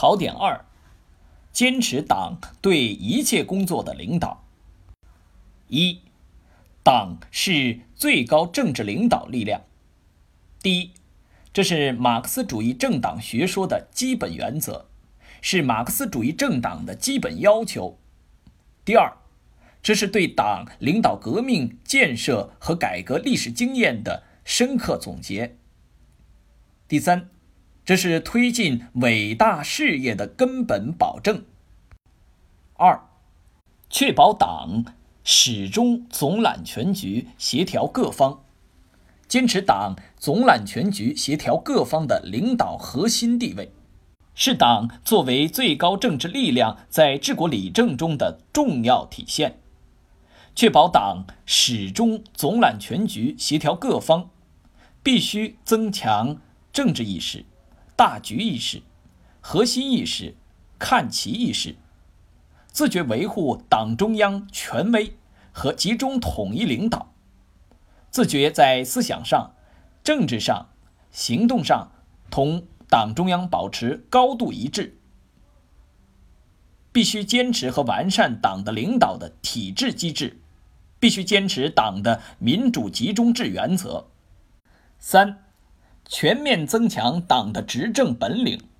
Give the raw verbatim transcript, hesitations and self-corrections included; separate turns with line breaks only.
考点二：坚持党对一切工作的领导。一、党是最高政治领导力量。第一，这是马克思主义政党学说的基本原则，是马克思主义政党的基本要求。第二，这是对党领导革命、建设和改革历史经验的深刻总结。第三，这是推进伟大事业的根本保证。二、确保党始终总揽全局，协调各方，坚持党总揽全局、协调各方的领导核心地位，是党作为最高政治力量在治国理政中的重要体现。确保党始终总揽全局、协调各方，必须增强政治意识、大局意识、核心意识、看齐意识，自觉维护党中央权威和集中统一领导，自觉在思想上、政治上、行动上同党中央保持高度一致。必须坚持和完善党的领导的体制机制，必须坚持党的民主集中制原则。三、全面增强党的执政本领，